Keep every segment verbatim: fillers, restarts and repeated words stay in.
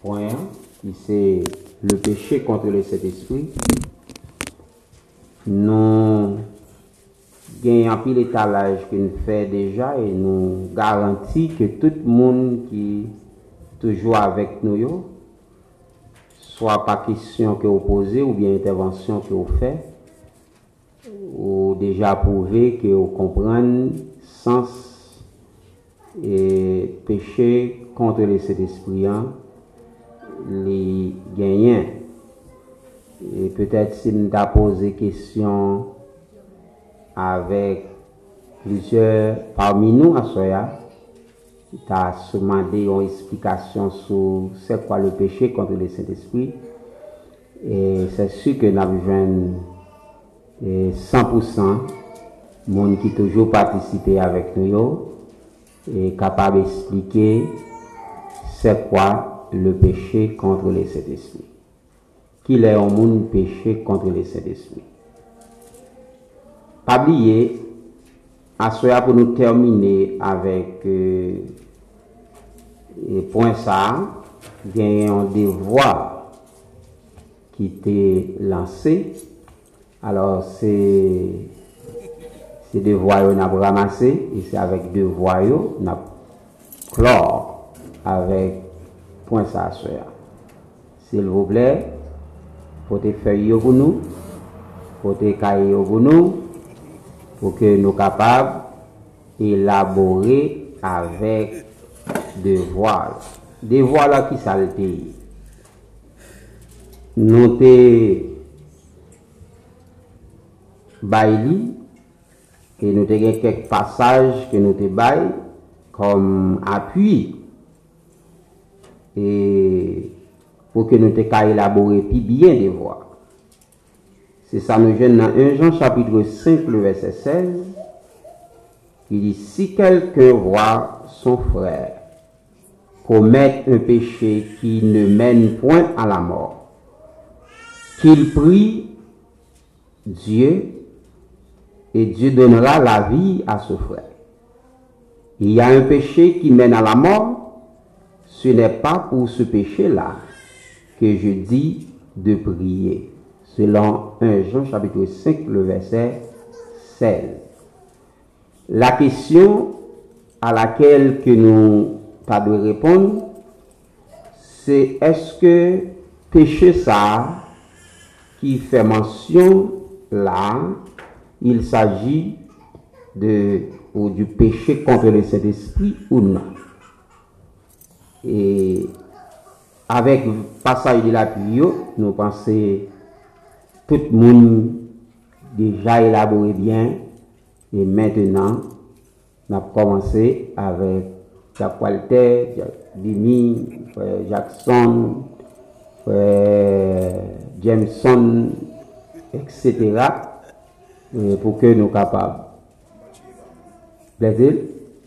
point, qui c'est le péché contre le Saint-Esprit. Nous gagnons un pile étalage que nous fait déjà et nous garantit que tout le monde qui toujours avec nous, soit pas question que vous posez ou bien intervention que vous faites, ou déjà prouvé que vous comprenez sens et péché contre le Saint-Esprit, les gagnants. Et peut-être si nous avons posé question avec plusieurs parmi nous à Soya, tu as demandé une explication sur c'est quoi le péché contre le Saint-Esprit. Et c'est sûr que nous avons besoin cent pour cent de monde qui toujours participé avec nous et capable d'expliquer c'est quoi le péché contre le Saint-Esprit. Qu'il est un monde péché contre le Saint-Esprit. Pas oublier, à ce pour nous terminer avec euh, et point ça, il y a un devoir qui était lancé. Alors c'est ces devoirs qu'on a ramassé et c'est avec devoirs qu'on a clore avec point ça à ce. S'il vous plaît, pour te faire pour nous, pour te cahier pour nous, pour que nous soyons capables d'élaborer avec devoir. Devoir là qui s'alté. Nous te baili et nous te quelques passages que nous te bail comme appui et pour que nous te qu'à élaborer puis bien devoir. C'est ça nous gêne dans un Jean chapitre cinq, le verset seize, qui dit, si quelqu'un voit son frère commettre un péché qui ne mène point à la mort, qu'il prie Dieu et Dieu donnera la vie à ce frère. Il y a un péché qui mène à la mort, ce n'est pas pour ce péché-là que je dis de prier. Selon un Jean chapitre cinq, le verset seize. La question à laquelle que nous pas de répondre, c'est est-ce que péché ça qui fait mention là, il s'agit de ou du péché contre le Saint-Esprit ou non. Et avec le passage de la pluie, nous pensons tout le monde déjà élaboré bien et maintenant on a commencé avec Jacques Walter, Dimi, Jackson, Jameson, et cetera pour que nous soyons capables. Plaît-il?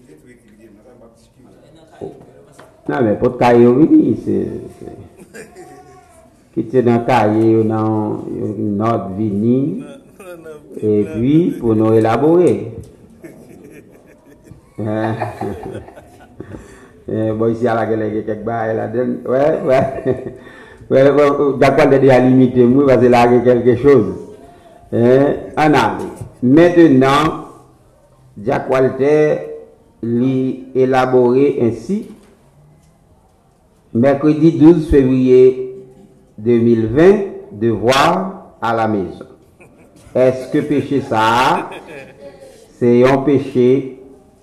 Non mais pour cahier oui, c'est qui était dans cahier dans une note vini et puis pour nous élaborer. Bon ici à la gueule quelque part là donne ouais ouais ouais d'accord déjà limité moi parce que là il y a quelque chose. Hein analyse. Maintenant Jack Walter l'y élaboré ainsi. Mercredi douze février deux mille vingt, devoir à la maison. Est-ce que péché ça, c'est un péché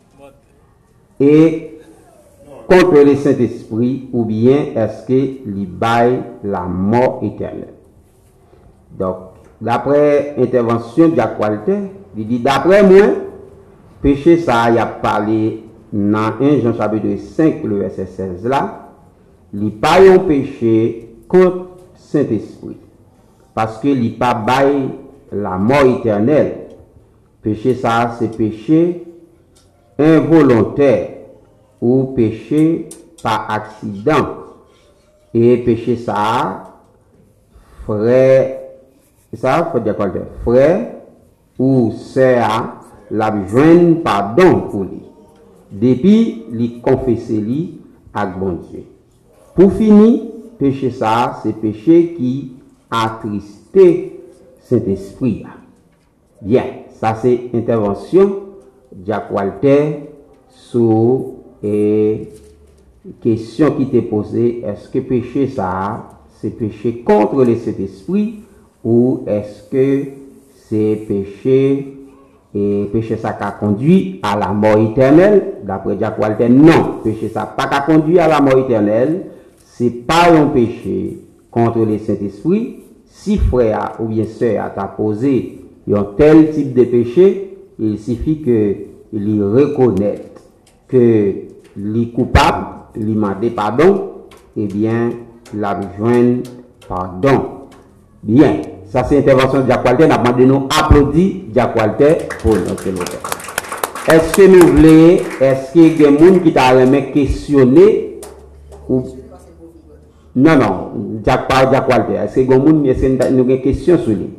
et contre le Saint-Esprit ou bien est-ce que il baille la mort éternelle? Donc, d'après intervention de Jacques Walter, il dit d'après moi, péché ça, il a parlé dans un Jean chapitre cinq, le verset seize là. Il pas un péché contre Saint-Esprit. Parce que il pas bail la mort éternelle. Péché ça, c'est péché involontaire ou péché par accident. Et péché ça, frère, ça, faut dire quoi? Frère ou sœur, la joindre pardon pour lui. Depuis, lui confesser lui avec bon Dieu. Pour finir, péché ça, c'est péché qui attristé Saint-Esprit. Bien, ça c'est intervention Jack Walter sur et question qui t'est posée, est-ce que péché ça, c'est péché contre le Saint-Esprit ou est-ce que c'est péché et péché ça qui a conduit à la mort éternelle? D'après Jack Walter, non, péché ça pas qu'à conduire à la mort éternelle, c'est pas un péché contre le Saint-Esprit. Si frère ou bien sœur t'a posé un tel type de péché, il suffit que il reconnaisse que les coupables, lui demander pardon, et bien, la joindre pardon. Bien, ça c'est l'intervention de Jack Walter. Nous avons demandé nous applaudir Jack Walter pour notre l'auteur. Est-ce que nous voulons, est-ce qu'il y a des gens qui t'a questionné ou non, non, Jack parle Jack Walter. Est-ce que vous avez des questions sur lui?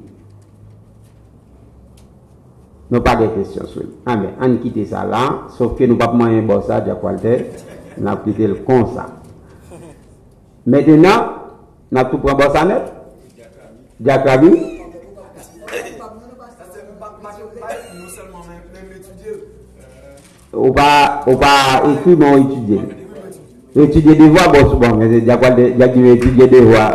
Nous pas de questions sur lui. Ah mais on quitte ça là, sauf que nous pas moyen bon ça Jack Walter, nous avons quitté le con ça. Maintenant, nous avons tout pris bon ça net. Jack Rabi. Ou pas, ou pas écrit mon étudier. Étudier des voix, bon, bon, mais Jack Walter, Jack étudier des voix.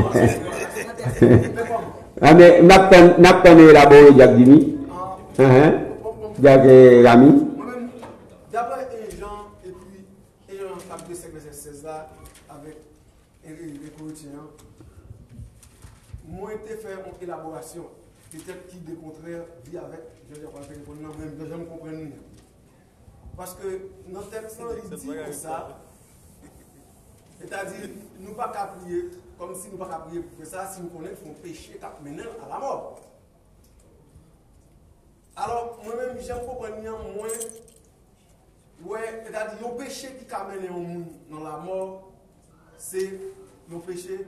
Ah mais n'a pas élaboré Jack Jimmy. Uh-huh. Jack Rami. Moi-même, d'après les gens, et puis, ayant appelé secrétaire César avec les courtiers, moi, j'ai fait une élaboration, peut-être qui, de contraire, vit avec, je vais pas faire non, même, je me comprends. Parce que dans le texte, il dit comme ça, c'est-à-dire, nous ne pouvons pas prier, comme si nous ne pouvons pas prier pour ça, si nous connaissons qu'on péché, qui mène à la mort. Alors, moi-même, j'aime comprendre moins, ouais, c'est-à-dire, le péché qui amène un monde dans la mort, c'est le péché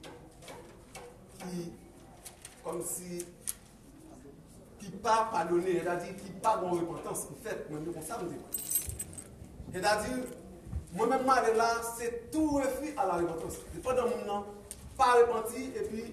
qui, comme si, qui pas pardonné, c'est-à-dire, qui pas en repentance, qui fait, moi-même, comme ça, me dit. C'est-à-dire, moi-même, là, c'est tout refus à la repentance. Pendant mon nom, pas repenti, et puis,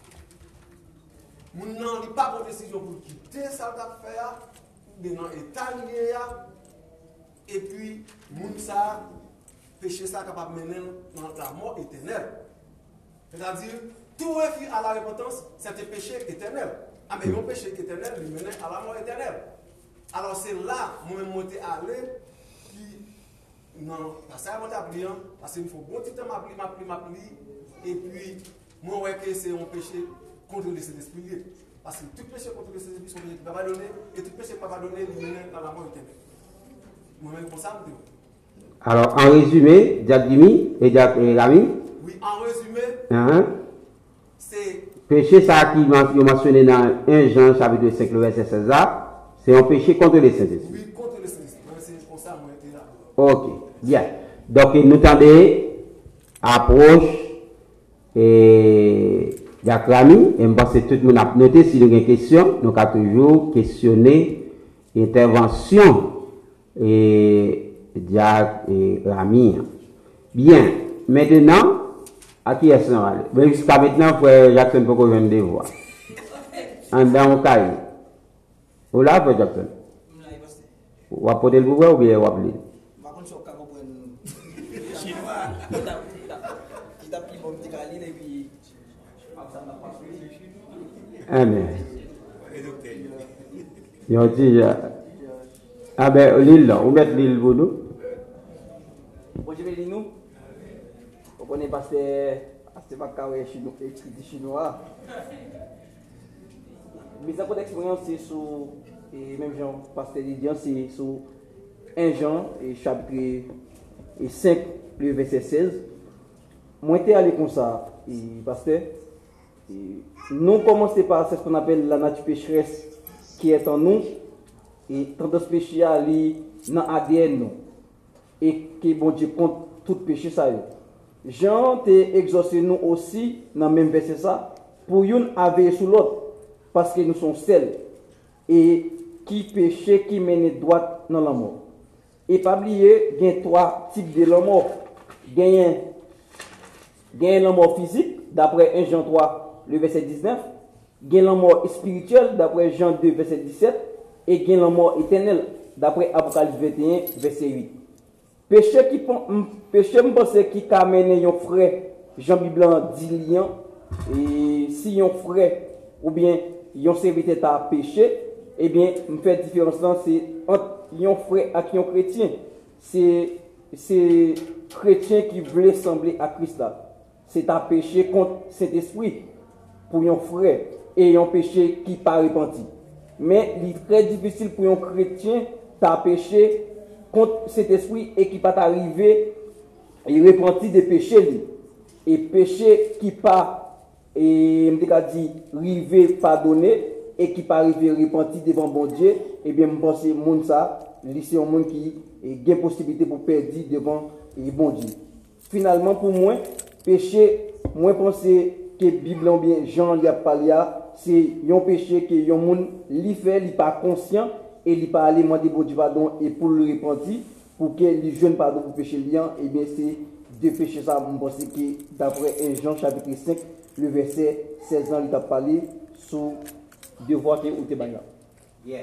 moun nan li pas prendre décision pour quitter ça t'a fait dans état lié et puis moun ça péché ça capable mener dans la mort éternelle. C'est-à-dire tout refus à la repentance, c'est un péché éternel. Ah mais un péché éternel lui mène à la mort éternelle. Alors c'est là moi-même monter aller qui non, ça monter à plier parce qu'il faut bon petit temps m'appeler m'appeler m'appeler et puis moi ouais que c'est un péché contre le Saint-Esprit. Parce que tout péché contre le Saint-Esprit sont péchés qui ne peuvent pas donner, et tout péché qui ne peut pas donner, il mène dans la mort éternelle. Moi-même, comme ça, je dis. Alors, en résumé, Jack Jimmy et Jack Rami. Oui, en résumé, uh-huh. C'est. Péché, ça qui est mentionné dans un Jean, chapitre cinq, le verset seize, c'est un péché contre le Saint-Esprit. Oui, contre le Saint-Esprit. C'est pour ça que moi, j'étais là. Ok, bien. Donc, nous tendons approche et. Jack Rami, et je pense que tout le monde a noté si nous avons des questions, nous avons toujours questionné l'intervention et Jack et Rami. Bien, maintenant, à qui est-ce qu'on va aller? Jusqu'à maintenant, frère Jackson peut qu'on vienne de voir. En dans le cas. Où là, frère Jackson? Ou à porter le pouvoir ou bien ou à appeler? Amen. Yon dit, ah ben l'île là, on met l'île pour nous. Bon, je vais dire nous. Vous connaissez pas c'est pas carré chinois. Mais ça peut expérience c'est sur et même Jean pasteur Didier c'est sur un Jean et chapitre cinq le verset seize. Moi j'étais allé comme ça et pasteur et nous commençons par ce qu'on appelle la nature pécheresse qui est en nous et tendance péché à aller dans l'A D N nous et que bon Dieu compte tout péché ça. Jean t'a exaucé nous aussi dans le même verset ça pour une avec sous l'autre parce que nous sommes seuls et qui péché qui mène droit dans la mort. Et pas oublier, il y a trois types de la mort. Il y a gagne la mort physique, d'après un Jean trois, le verset dix-neuf, gagne la mort spirituelle, d'après Jean deux, verset dix-sept, et gagne la mort éternelle, d'après Apocalypse vingt et un, verset huit. Péché qui péché me pense qui amène un frère Jean Biblan dit liant et si un frère ou bien un serviteur à péché, eh bien me fait différence là c'est entre un frère et un chrétien. C'est c'est chrétien qui voulait sembler à Christ là. C'est un péché contre cet esprit pour un frère et un péché qui pas repenti. Mais il est très difficile pour un chrétien de pécher contre cet esprit et qui pas arriver et repenti des péchés et péché qui pas et me dit river pardonner et qui pas arriver repenti devant bon Dieu et bien me penser monde ça c'est un monde qui a une possibilité pour perdre devant et bon Dieu. Finalement pour moi péché moi penser que Bible ou bien Jean lui a parlé c'est un péché que un monde li fait li pas conscient et il pas aller demander bon Dieu pardon et pour le repentir pour que les jeunes pardon pour péché lien et bien c'est de péché ça me pense que d'après Jean chapitre cinq le verset seize ans il t'a parlé sur devoir que ou te bagna. Yeah.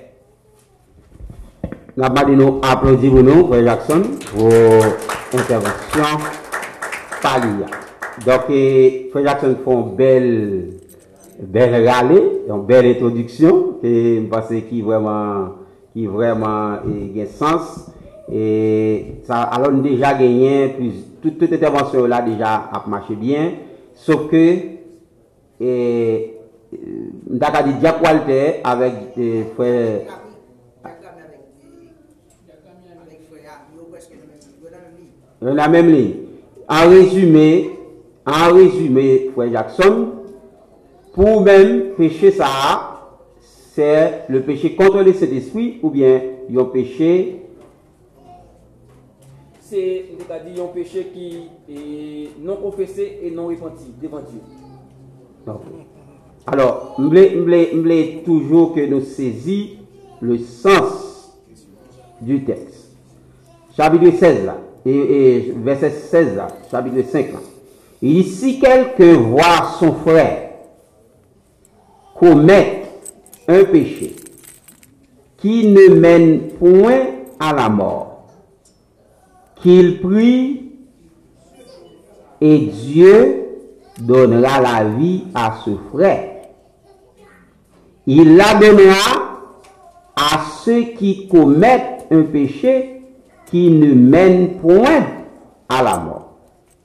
Nous avons dit nous applaudissons pour nous frère Jackson pour intervention palia. Donc frère Jackson fait une belle belle rallye, une belle introduction et je pense qui vraiment qui vraiment a sens et ça alors déjà gagné plus toute, toute intervention là déjà a marché bien sauf que et d'abord dit Jack Walter avec euh, frère dans la même ligne. En résumé, en résumé frère Jackson pour même péché ça c'est le péché contre le Saint-Esprit ou bien un péché c'est un péché qui est non confessé et non repenti devant Dieu. Donc, alors, je voulais toujours que nous saisissions le sens du texte. Chapitre seize là, et, et verset seize là, chapitre cinq là. Il dit si quelqu'un voit son frère commettre un péché qui ne mène point à la mort, qu'il prie et Dieu donnera la vie à ce frère. Il la donnera à ceux qui commettent un péché qui ne mène point à la mort.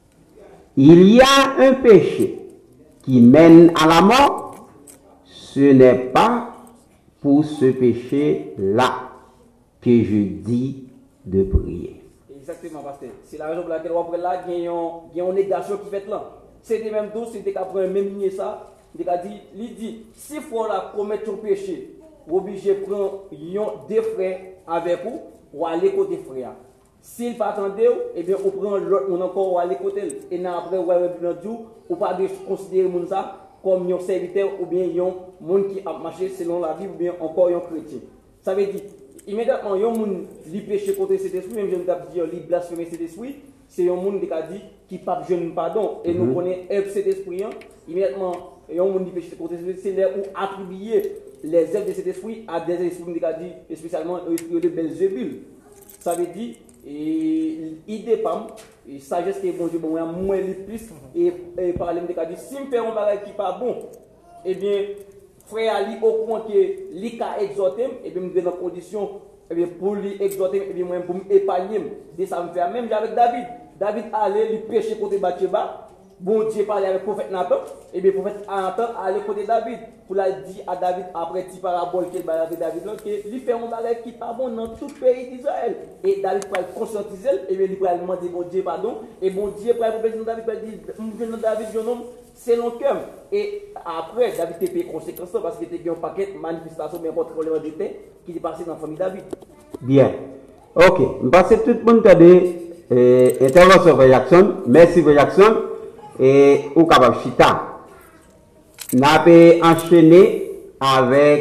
Il y a un péché qui mène à la mort, ce n'est pas pour ce péché-là que je dis de prier. Exactement, pasteur. C'est la raison pour laquelle après là, il y a une négation qui fait là. C'était même tout, c'était qu'après même ligne ça, il a dit, il dit, si faut la commettre un péché, obligé de prendre deux frères avec vous, ou aller côté frère. S'il pas attendez, eh bien, on prend l'autre, on encore ou aller côté. Et après, on va ou pas considérer ça comme un serviteur ou bien un monde qui a marché selon la Bible ou bien encore un chrétien. Ça veut dire, immédiatement, il y a un monde qui péché contre cet esprit, même je ne peux dire, qui blasphème cet esprit, c'est un monde qui a dit qui pas jeune pardon. Et mm -hmm. nous connaissons cet esprit, immédiatement, il y a un monde qui péché contre cet esprit, c'est là où attribuer les œuvres de cet esprit à des esprits qui a dit, spécialement l'esprit de Belzébul. Ça veut dire, et idée pas, et sagesse qui est bon Dieu, bon, moins le plus, et, et par les cas dit, si je fais un bagage qui n'est pas bon, eh bien, frère Ali, au point que lui a exhorté, et bien, je dans condition, et bien, pour lui exhorter, et bien, moi, pour m'épargner, de ça me faire, même avec David. David allait lui pécher côté Bathsheba, bon Dieu parlait avec le prophète Nathan, et bien, le prophète Nathan allait côté David, pour la dire à David, après petit parabole qu'il a avec David, que lui fait un bagage qui n'est pas bon dans tout le pays d'Israël. Et David va le conscientiser, et bien, il va demander bon Dieu pardon, et bon Dieu va le dire David, il va dire, David, je nomme, c'est l'homme. Et après, David a payé conséquence parce qu'il y a un paquet de manifestations, mais contre le de paix qui est passé dans la famille David. Bien. Ok. Je passe tout le monde à des interventions de Jackson. Merci pour Jackson. Et au capable chita. N'a pas enchaîné avec